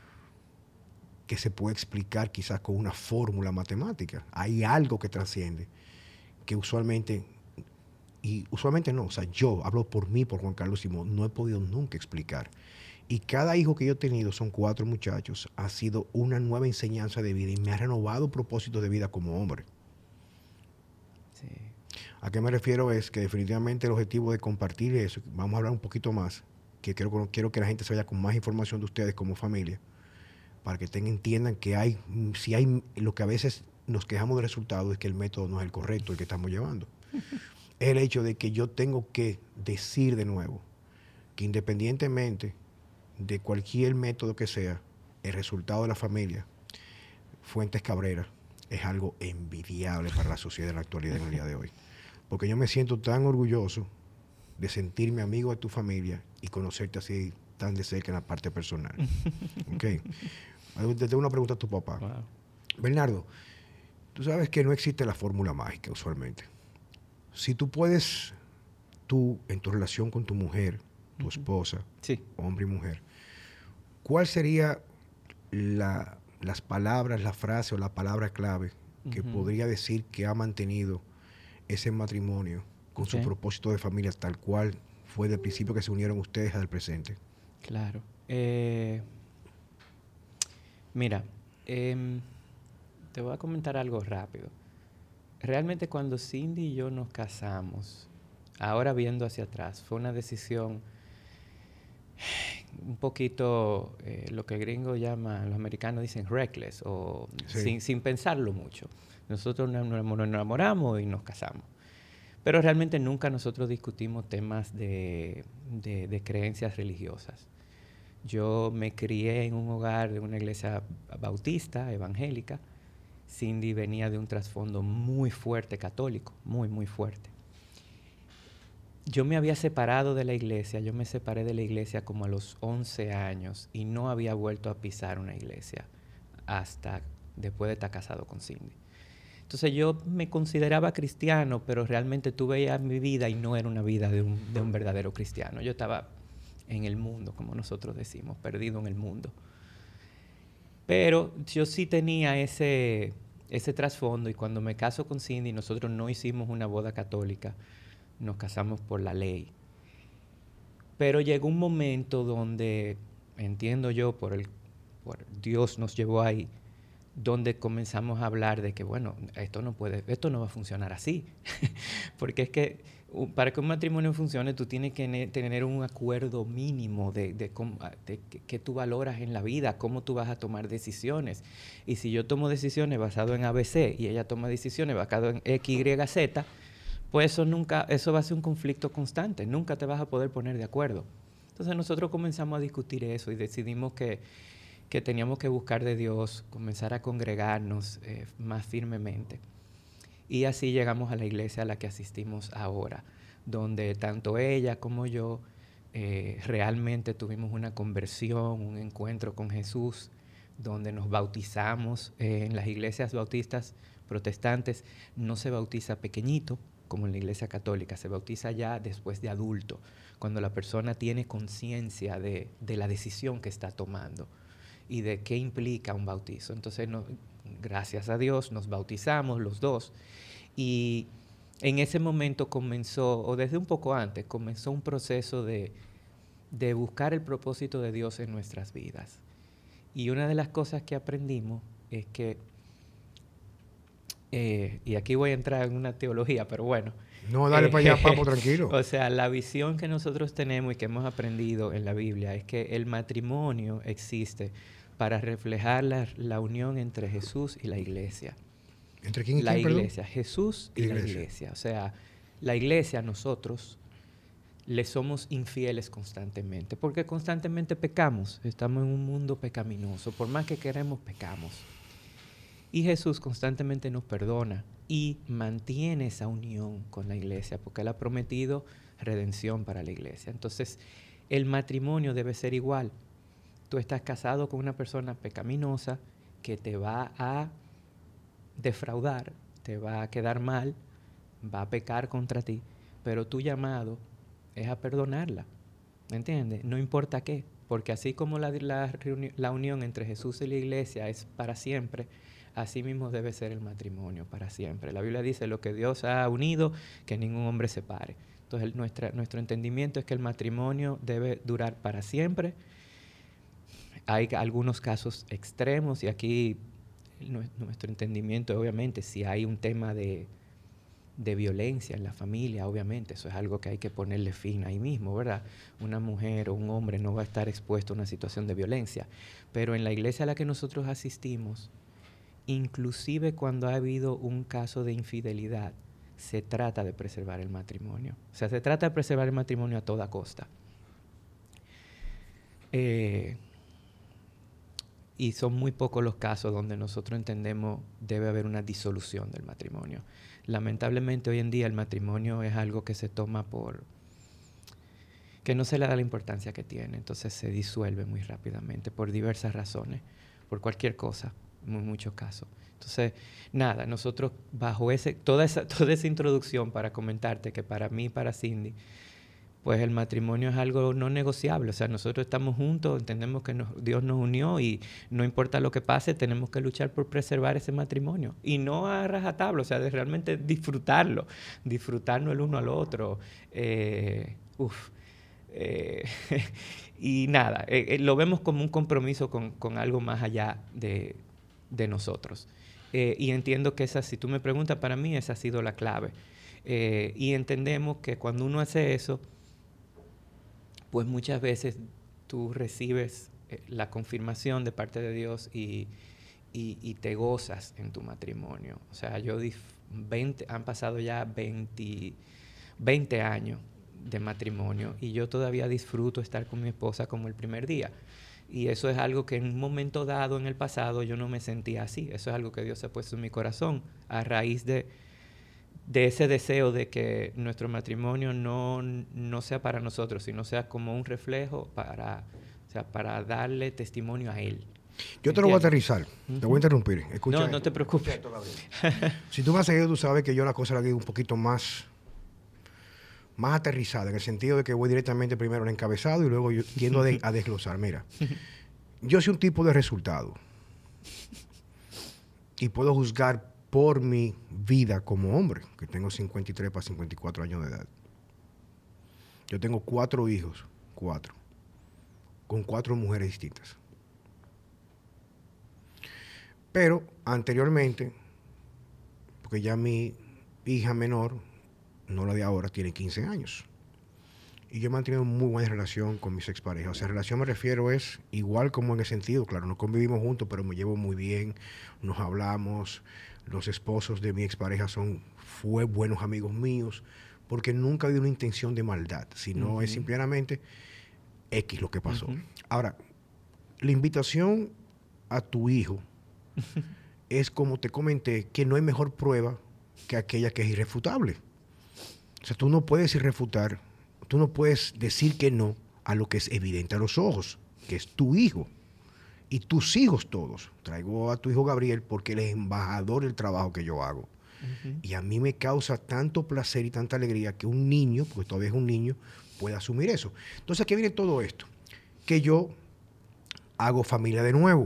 que se puede explicar quizás con una fórmula matemática. Hay algo que trasciende, que usualmente, y usualmente no, o sea, yo hablo por mí, por Juan Carlos Simón, no he podido nunca explicar. Y cada hijo que yo he tenido, son cuatro muchachos, ha sido una nueva enseñanza de vida y me ha renovado propósitos de vida como hombre. Sí. ¿A qué me refiero? Es que definitivamente el objetivo de compartir eso, vamos a hablar un poquito más, que quiero, quiero que la gente se vaya con más información de ustedes como familia, para que tengan, entiendan que hay, si hay, lo que a veces nos quejamos del resultado es que el método no es el correcto, el que estamos llevando. Es el hecho de que yo tengo que decir de nuevo que independientemente de cualquier método que sea, el resultado de la familia, Fuentes Cabrera, es algo envidiable para la sociedad en la actualidad en el día de hoy. Porque yo me siento tan orgulloso de sentirme amigo de tu familia y conocerte así tan de cerca en la parte personal. Okay. Te tengo una pregunta a tu papá. Wow. Bernardo, tú sabes que no existe la fórmula mágica usualmente. Si tú puedes, tú en tu relación con tu mujer, tu uh-huh. esposa, sí. hombre y mujer, ¿cuál sería la, las palabras, la frase o la palabra clave que uh-huh. podría decir que ha mantenido ese matrimonio con okay. su propósito de familia tal cual fue del principio que se unieron ustedes al presente? Claro. Eh... Mira, eh, te voy a comentar algo rápido. Realmente cuando Cindy y yo nos casamos, ahora viendo hacia atrás, fue una decisión un poquito, eh, lo que gringos llaman, los americanos dicen reckless, o sí. sin, sin pensarlo mucho. Nosotros nos enamoramos y nos casamos. Pero realmente nunca nosotros discutimos temas de, de, de creencias religiosas. Yo me crié en un hogar de una iglesia bautista, evangélica. Cindy venía de un trasfondo muy fuerte católico, muy, muy fuerte. Yo me había separado de la iglesia, yo me separé de la iglesia como a los once años y no había vuelto a pisar una iglesia hasta después de estar casado con Cindy. Entonces yo me consideraba cristiano, pero realmente tú veías mi vida y no era una vida de un, de un verdadero cristiano. Yo estaba en el mundo, como nosotros decimos, perdido en el mundo. Pero yo sí tenía ese, ese trasfondo, y cuando me caso con Cindy, nosotros no hicimos una boda católica, nos casamos por la ley. Pero llegó un momento donde, entiendo yo, por el, por Dios nos llevó ahí, donde comenzamos a hablar de que, bueno, esto no puede, esto no va a funcionar así. Porque es que para que un matrimonio funcione, tú tienes que tener un acuerdo mínimo de, de, de, de qué tú valoras en la vida, cómo tú vas a tomar decisiones. Y si yo tomo decisiones basadas en A B C y ella toma decisiones basadas en X, Y, Z, pues eso nunca, eso va a ser un conflicto constante, nunca te vas a poder poner de acuerdo. Entonces nosotros comenzamos a discutir eso y decidimos que, que teníamos que buscar de Dios, comenzar a congregarnos eh, más firmemente. Y así llegamos a la iglesia a la que asistimos ahora, donde tanto ella como yo eh, realmente tuvimos una conversión, un encuentro con Jesús, donde nos bautizamos. Eh, en las iglesias bautistas protestantes no se bautiza pequeñito, como en la iglesia católica, se bautiza ya después de adulto, cuando la persona tiene conciencia de, de la decisión que está tomando y de qué implica un bautizo. Entonces, no, gracias a Dios, nos bautizamos los dos, y en ese momento comenzó, o desde un poco antes, comenzó un proceso de, de buscar el propósito de Dios en nuestras vidas. Y una de las cosas que aprendimos es que, Eh, y aquí voy a entrar en una teología, pero bueno. No, dale eh, para allá, papo, tranquilo. O sea, la visión que nosotros tenemos y que hemos aprendido en la Biblia es que el matrimonio existe para reflejar la, la unión entre Jesús y la iglesia. ¿Entre quién y la quién, iglesia, perdón? Jesús y iglesia. la iglesia. O sea, la iglesia, nosotros le somos infieles constantemente, porque constantemente pecamos. Estamos en un mundo pecaminoso. Por más que queremos, pecamos. Y Jesús constantemente nos perdona y mantiene esa unión con la iglesia, porque Él ha prometido redención para la iglesia. Entonces, el matrimonio debe ser igual. Tú estás casado con una persona pecaminosa que te va a defraudar, te va a quedar mal, va a pecar contra ti, pero tu llamado es a perdonarla. ¿Me entiendes? No importa qué, porque así como la, la, la unión entre Jesús y la iglesia es para siempre, así mismo debe ser el matrimonio para siempre. La Biblia dice, lo que Dios ha unido, que ningún hombre separe. Entonces, el, nuestra, nuestro entendimiento es que el matrimonio debe durar para siempre. Hay algunos casos extremos y aquí nuestro entendimiento, obviamente, si hay un tema de, de violencia en la familia, obviamente, eso es algo que hay que ponerle fin ahí mismo, ¿verdad? Una mujer o un hombre no va a estar expuesto a una situación de violencia. Pero en la iglesia a la que nosotros asistimos, inclusive cuando ha habido un caso de infidelidad, se trata de preservar el matrimonio. O sea, se trata de preservar el matrimonio a toda costa. Eh, y son muy pocos los casos donde nosotros entendemos debe haber una disolución del matrimonio. Lamentablemente hoy en día el matrimonio es algo que se toma por... que no se le da la importancia que tiene, entonces se disuelve muy rápidamente por diversas razones, por cualquier cosa. En muchos casos. Entonces, nada, nosotros bajo ese, toda esa, toda esa introducción para comentarte que para mí y para Cindy, pues el matrimonio es algo no negociable. O sea, nosotros estamos juntos, entendemos que nos, Dios nos unió y no importa lo que pase, tenemos que luchar por preservar ese matrimonio. Y no a rajatabla, o sea, de realmente disfrutarlo, disfrutarnos el uno al otro. Eh, uf. Eh, y nada, eh, eh, lo vemos como un compromiso con, con algo más allá de... de nosotros. Eh, y entiendo que esa, si tú me preguntas, para mí esa ha sido la clave. Eh, y entendemos que cuando uno hace eso, pues muchas veces tú recibes eh, la confirmación de parte de Dios y, y, y te gozas en tu matrimonio. O sea, yo dif- veinte, han pasado ya veinte, veinte años de matrimonio y yo todavía disfruto estar con mi esposa como el primer día. Y eso es algo que en un momento dado en el pasado yo no me sentía así. Eso es algo que Dios ha puesto en mi corazón a raíz de, de ese deseo de que nuestro matrimonio no, no sea para nosotros, sino sea como un reflejo para, o sea, para darle testimonio a Él. Yo te lo voy a aterrizar. Uh-huh. Te voy a interrumpir. Escucha no, esto. no te preocupes. Esto, si tú me has seguido, tú sabes que yo la cosa la digo un poquito más... más aterrizada, en el sentido de que voy directamente primero al encabezado y luego yo tiendo a, de, a desglosar. Mira, yo soy un tipo de resultado y puedo juzgar por mi vida como hombre, que tengo cincuenta y tres para cincuenta y cuatro años de edad. Yo tengo cuatro hijos, cuatro, con cuatro mujeres distintas. Pero anteriormente, porque ya mi hija menor, no la de ahora, tiene quince años. Y yo he mantenido muy buena relación con mis exparejas. O sea, relación me refiero es igual como en el sentido, claro, no convivimos juntos, pero me llevo muy bien, nos hablamos. Los esposos de mi expareja son, fue buenos amigos míos, porque nunca ha habido una intención de maldad, sino uh-huh. es simplemente X lo que pasó. Uh-huh. Ahora, la invitación a tu hijo es, como te comenté, que no hay mejor prueba que aquella que es irrefutable. O sea, tú no puedes irrefutar, tú no puedes decir que no a lo que es evidente a los ojos, que es tu hijo y tus hijos todos. Traigo a tu hijo Gabriel porque él es embajador del trabajo que yo hago. Uh-huh. Y a mí me causa tanto placer y tanta alegría que un niño, porque todavía es un niño, pueda asumir eso. Entonces, ¿qué viene todo esto? Que yo hago familia de nuevo.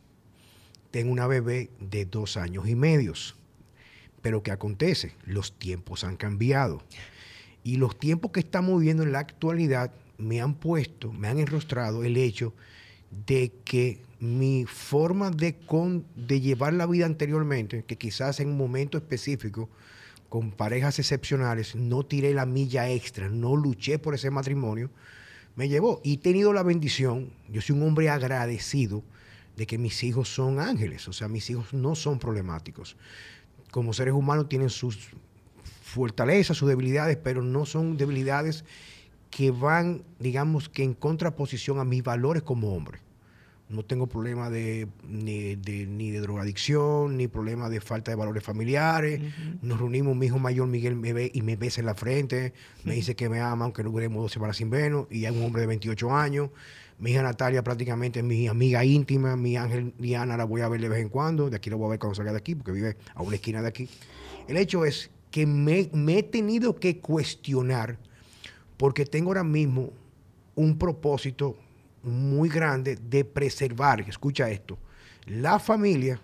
Tengo una bebé de dos años y medio. Pero ¿qué acontece? Los tiempos han cambiado. Y los tiempos que estamos viviendo en la actualidad me han puesto, me han enrostrado el hecho de que mi forma de, con, de llevar la vida anteriormente, que quizás en un momento específico, con parejas excepcionales, no tiré la milla extra, no luché por ese matrimonio, me llevó. Y he tenido la bendición, yo soy un hombre agradecido de que mis hijos son ángeles, o sea, mis hijos no son problemáticos. Como seres humanos tienen sus fortalezas, sus debilidades, pero no son debilidades que van, digamos, que en contraposición a mis valores como hombre. No tengo problema de, ni, de, ni de drogadicción, ni problema de falta de valores familiares. Uh-huh. Nos reunimos, mi hijo mayor Miguel me ve y me besa en la frente, me dice que me ama, aunque no duremos dos semanas sin vernos, y es un hombre de veintiocho años. Mi hija Natalia prácticamente es mi amiga íntima, mi ángel Diana la voy a ver de vez en cuando, de aquí la voy a ver cuando salga de aquí, porque vive a una esquina de aquí. El hecho es que me, me he tenido que cuestionar, porque tengo ahora mismo un propósito muy grande de preservar, escucha esto, la familia,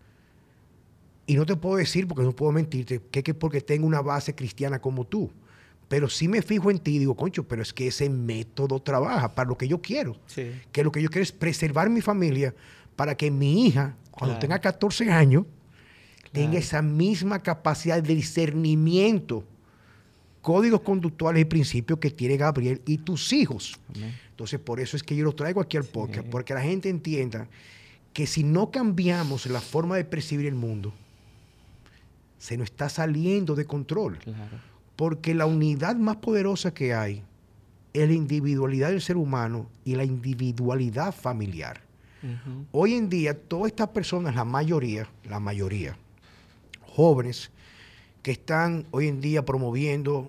y no te puedo decir, porque no puedo mentirte, que es porque tengo una base cristiana como tú, pero sí me fijo en ti y digo, concho, pero es que ese método trabaja para lo que yo quiero, sí. que lo que yo quiero es preservar mi familia para que mi hija, cuando claro. tenga catorce años, claro. tenga esa misma capacidad de discernimiento, códigos conductuales y principios que tiene Gabriel y tus hijos. Amén. Entonces, por eso es que yo los traigo aquí al podcast, sí. porque la gente entienda que si no cambiamos la forma de percibir el mundo, se nos está saliendo de control. Claro. Porque la unidad más poderosa que hay es la individualidad del ser humano y la individualidad familiar. Uh-huh. Hoy en día, todas estas personas, la mayoría, la mayoría, jóvenes, que están hoy en día promoviendo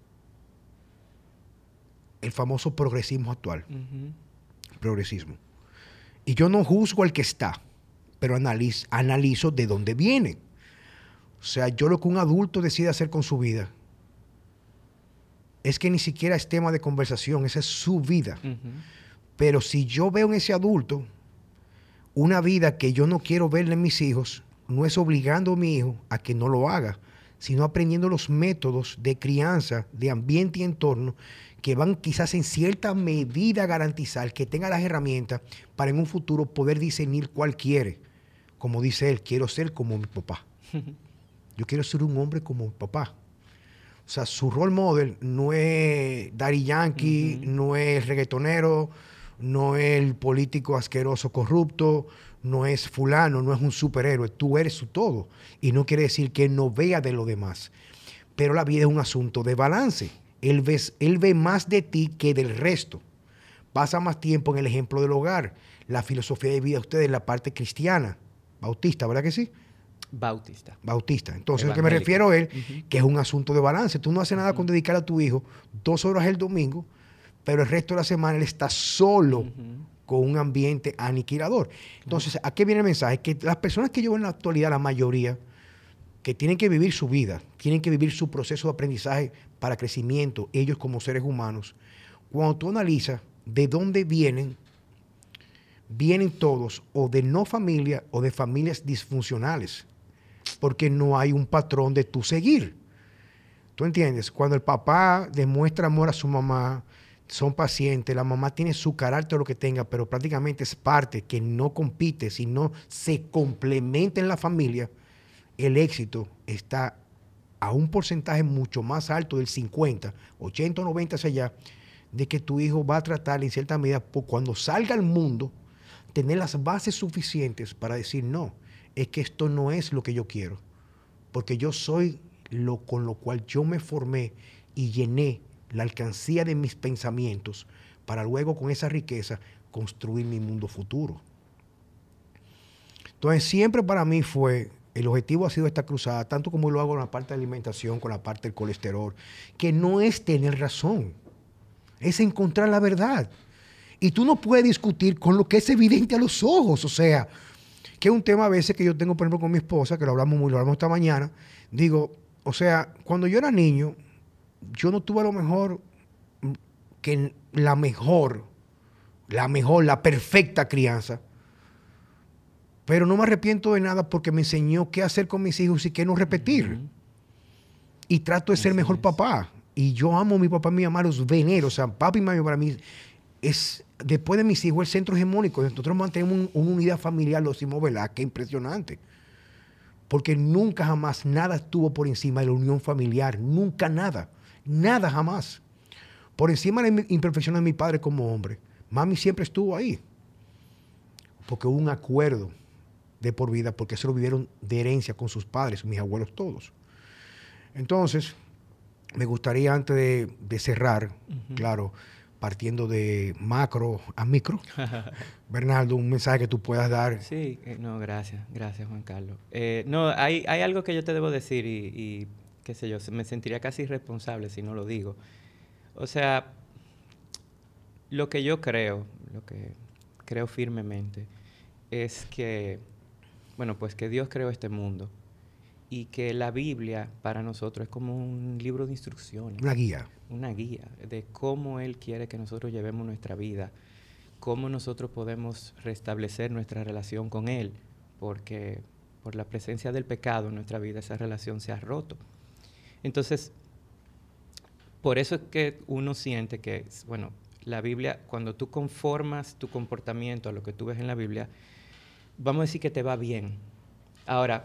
el famoso progresismo actual. Uh-huh. Progresismo. Y yo no juzgo al que está, pero analizo, analizo de dónde viene. O sea, yo lo que un adulto decide hacer con su vida es que ni siquiera es tema de conversación, esa es su vida. Uh-huh. Pero si yo veo en ese adulto una vida que yo no quiero verle en mis hijos, no es obligando a mi hijo a que no lo haga, sino aprendiendo los métodos de crianza, de ambiente y entorno que van quizás en cierta medida a garantizar que tenga las herramientas para en un futuro poder discernir cuál quiere. Como dice él, quiero ser como mi papá. Yo quiero ser un hombre como mi papá. O sea, su role model no es Daddy Yankee, uh-huh. no es el reggaetonero, no es el político asqueroso corrupto, no es fulano, no es un superhéroe, tú eres su todo. Y no quiere decir que no vea de lo demás. Pero la vida es un asunto de balance. Él ve, él ve más de ti que del resto. Pasa más tiempo en el ejemplo del hogar. La filosofía de vida de ustedes, la parte cristiana, bautista, ¿verdad que sí? Bautista. Bautista. Entonces, lo que me refiero es uh-huh. que es un asunto de balance. Tú no haces nada uh-huh. con dedicar a tu hijo dos horas el domingo, pero el resto de la semana él está solo uh-huh. con un ambiente aniquilador. Entonces, ¿a qué viene el mensaje? Que las personas que yo veo en la actualidad, la mayoría, que tienen que vivir su vida, tienen que vivir su proceso de aprendizaje para crecimiento, ellos como seres humanos, cuando tú analizas de dónde vienen, vienen todos o de no familia o de familias disfuncionales, porque no hay un patrón de tú seguir. ¿Tú entiendes? Cuando el papá demuestra amor a su mamá, son pacientes, la mamá tiene su carácter o lo que tenga, pero prácticamente es parte que no compite, sino se complementa en la familia, el éxito está a un porcentaje mucho más alto del cincuenta, ochenta o noventa hacia allá, de que tu hijo va a tratar en cierta medida, cuando salga al mundo, tener las bases suficientes para decir, no, es que esto no es lo que yo quiero, porque yo soy lo con lo cual yo me formé y llené la alcancía de mis pensamientos para luego con esa riqueza construir mi mundo futuro. Entonces siempre para mí fue, el objetivo ha sido esta cruzada, tanto como lo hago en la parte de alimentación, con la parte del colesterol, que no es tener razón, es encontrar la verdad. Y tú no puedes discutir con lo que es evidente a los ojos, o sea, que es un tema a veces que yo tengo, por ejemplo, con mi esposa, que lo hablamos muy, lo hablamos esta mañana, digo, o sea, cuando yo era niño, yo no tuve a lo mejor que la mejor, la mejor, la perfecta crianza, pero no me arrepiento de nada porque me enseñó qué hacer con mis hijos y qué no repetir. Uh-huh. Y trato de ser Así mejor es. papá. Y yo amo a mi papá y mi mamá, los venero. O sea, papi y mami para mí es, después de mis hijos, el centro hegemónico. Nosotros mantenemos un, una unidad familiar, lo decimos, ¿verdad? Qué impresionante. Porque nunca jamás nada estuvo por encima de la unión familiar. Nunca nada. Nada jamás. Por encima de la imperfección de mi padre como hombre. Mami siempre estuvo ahí. Porque hubo un acuerdo de por vida, porque eso lo vivieron de herencia con sus padres, mis abuelos todos. Entonces, me gustaría antes de, de cerrar, uh-huh. claro, partiendo de macro a micro, Bernardo, un mensaje que tú puedas dar. Sí, eh, no, gracias, gracias Juan Carlos. Eh, no, hay, hay algo que yo te debo decir y, y qué sé yo, me sentiría casi irresponsable si no lo digo. O sea, lo que yo creo, lo que creo firmemente, es que, bueno, pues que Dios creó este mundo y que la Biblia para nosotros es como un libro de instrucciones. Una guía. Una guía de cómo Él quiere que nosotros llevemos nuestra vida, cómo nosotros podemos restablecer nuestra relación con Él, porque por la presencia del pecado en nuestra vida esa relación se ha roto. Entonces, por eso es que uno siente que, bueno, la Biblia, cuando tú conformas tu comportamiento a lo que tú ves en la Biblia, vamos a decir que te va bien. Ahora,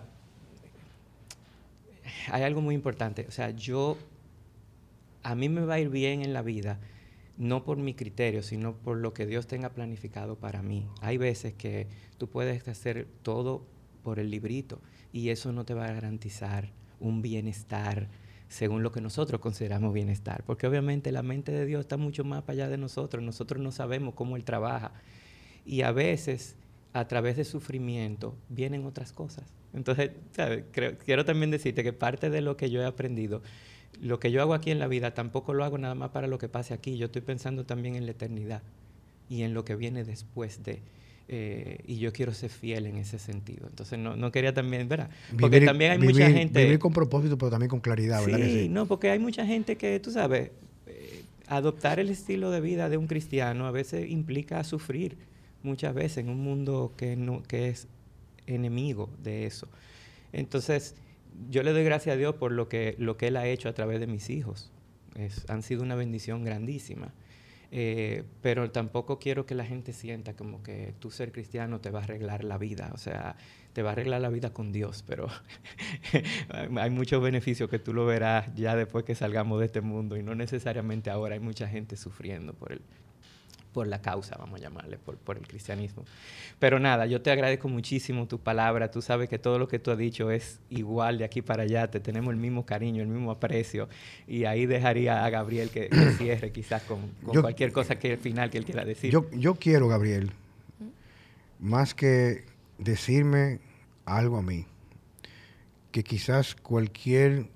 hay algo muy importante. O sea, yo, a mí me va a ir bien en la vida, no por mi criterio, sino por lo que Dios tenga planificado para mí. Hay veces que tú puedes hacer todo por el librito y eso no te va a garantizar un bienestar según lo que nosotros consideramos bienestar. Porque obviamente la mente de Dios está mucho más para allá de nosotros. Nosotros no sabemos cómo Él trabaja. Y a veces, a través de sufrimiento, vienen otras cosas. Entonces, ¿sabes? Creo, quiero también decirte que parte de lo que yo he aprendido, lo que yo hago aquí en la vida, tampoco lo hago nada más para lo que pase aquí. Yo estoy pensando también en la eternidad y en lo que viene después de... Eh, y yo quiero ser fiel en ese sentido. Entonces, no, no quería también, ¿verdad? Porque vivir, también hay vivir, mucha gente... Vivir con propósito, pero también con claridad, ¿verdad? Sí, que sí? no, porque hay mucha gente que, tú sabes, eh, adoptar el estilo de vida de un cristiano a veces implica sufrir, muchas veces, en un mundo que, no, que es enemigo de eso. Entonces, yo le doy gracias a Dios por lo que, lo que Él ha hecho a través de mis hijos. Es, han sido una bendición grandísima. Eh, pero tampoco quiero que la gente sienta como que tú ser cristiano te va a arreglar la vida. O sea, te va a arreglar la vida con Dios, pero hay muchos beneficios que tú lo verás ya después que salgamos de este mundo y no necesariamente ahora. Hay mucha gente sufriendo por el, por la causa, vamos a llamarle, por, por el cristianismo. Pero nada, yo te agradezco muchísimo tu palabra. Tú sabes que todo lo que tú has dicho es igual de aquí para allá. Te tenemos el mismo cariño, el mismo aprecio. Y ahí dejaría a Gabriel que, que cierre quizás con, con yo, cualquier cosa que al final que él quiera decir. Yo, yo quiero, Gabriel, más que decirme algo a mí, que quizás cualquier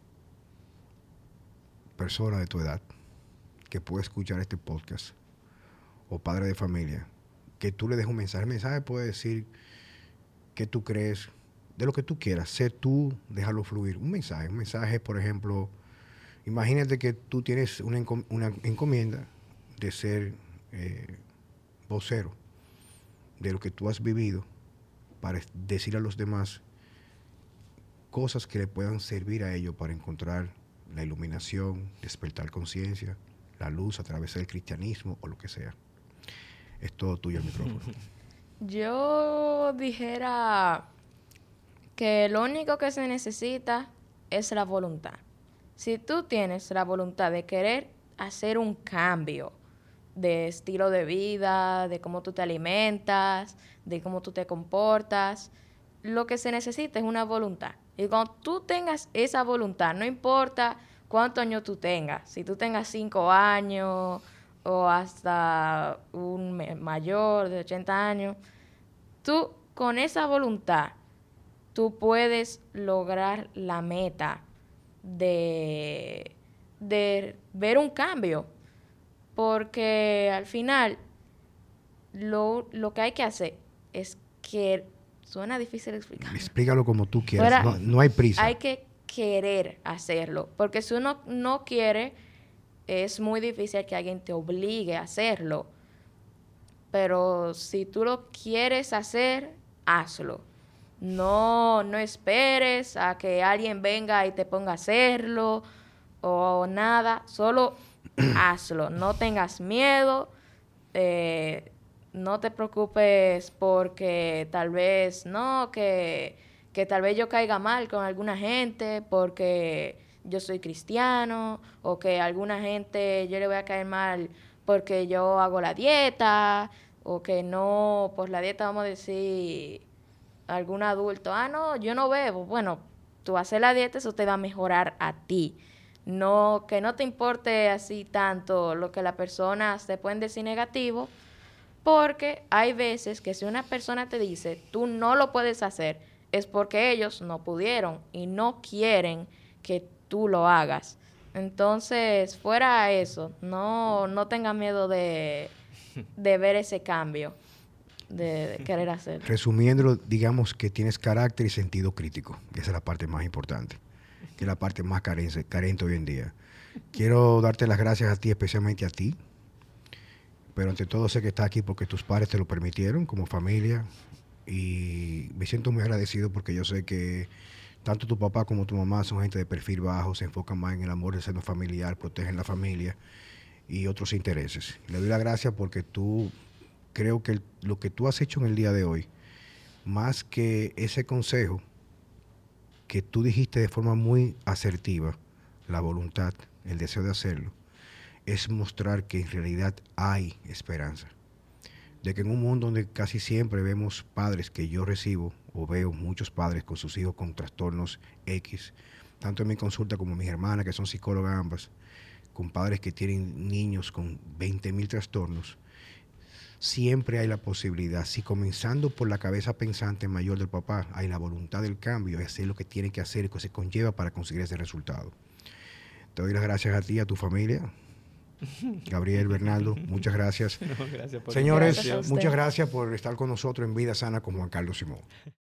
persona de tu edad que pueda escuchar este podcast o padre de familia, que tú le dejes un mensaje. El mensaje puede decir qué tú crees, de lo que tú quieras. Sé tú, déjalo fluir. Un mensaje. Un mensaje, por ejemplo, imagínate que tú tienes una, encom una encomienda de ser eh, vocero de lo que tú has vivido para decir a los demás cosas que le puedan servir a ellos para encontrar la iluminación, despertar conciencia, la luz a través del cristianismo o lo que sea. Es todo tuyo el micrófono. Yo dijera que lo único que se necesita es la voluntad. Si tú tienes la voluntad de querer hacer un cambio de estilo de vida, de cómo tú te alimentas, de cómo tú te comportas, lo que se necesita es una voluntad. Y cuando tú tengas esa voluntad, no importa cuántos años tú tengas, si tú tengas cinco años o hasta un mayor de ochenta años, tú con esa voluntad, tú puedes lograr la meta de, de ver un cambio. Porque al final, lo, lo que hay que hacer es que, suena difícil explicar. Explícalo como tú quieras, no, no hay prisa. Hay que querer hacerlo, porque si uno no quiere, es muy difícil que alguien te obligue a hacerlo. Pero si tú lo quieres hacer, hazlo. No, no esperes a que alguien venga y te ponga a hacerlo o nada. Solo hazlo. No tengas miedo. Eh, no te preocupes porque tal vez, no, que, que tal vez yo caiga mal con alguna gente porque yo soy cristiano, o que a alguna gente yo le voy a caer mal porque yo hago la dieta, o que no, por la dieta vamos a decir algún adulto, ah, no, yo no bebo. Bueno, tú haces la dieta, eso te va a mejorar a ti. No, que no te importe así tanto lo que las personas te pueden decir negativo, porque hay veces que si una persona te dice, tú no lo puedes hacer, es porque ellos no pudieron y no quieren que tú lo hagas. Entonces, fuera eso, no, no tengan miedo de, de ver ese cambio, de, de querer hacerlo. Resumiéndolo, digamos que tienes carácter y sentido crítico. Esa es la parte más importante, que es la parte más carente, carente hoy en día. Quiero darte las gracias a ti, especialmente a ti, pero ante todo sé que estás aquí porque tus padres te lo permitieron como familia, y me siento muy agradecido porque yo sé que tanto tu papá como tu mamá son gente de perfil bajo, se enfocan más en el amor del seno familiar, protegen la familia y otros intereses. Le doy las gracias porque tú, creo que el, lo que tú has hecho en el día de hoy, más que ese consejo que tú dijiste de forma muy asertiva, la voluntad, el deseo de hacerlo, es mostrar que en realidad hay esperanza. De que en un mundo donde casi siempre vemos padres, que yo recibo o veo muchos padres con sus hijos con trastornos X, tanto en mi consulta como mis hermanas, que son psicólogas ambas, con padres que tienen niños con veinte mil trastornos, siempre hay la posibilidad, si comenzando por la cabeza pensante mayor del papá, hay la voluntad del cambio, es hacer lo que tiene que hacer y que se conlleva para conseguir ese resultado. Te doy las gracias a ti y a tu familia. Gabriel, Bernardo, muchas gracias. No, gracias por Señores, gracias muchas gracias por estar con nosotros en Vida Sana con Juan Carlos Simón.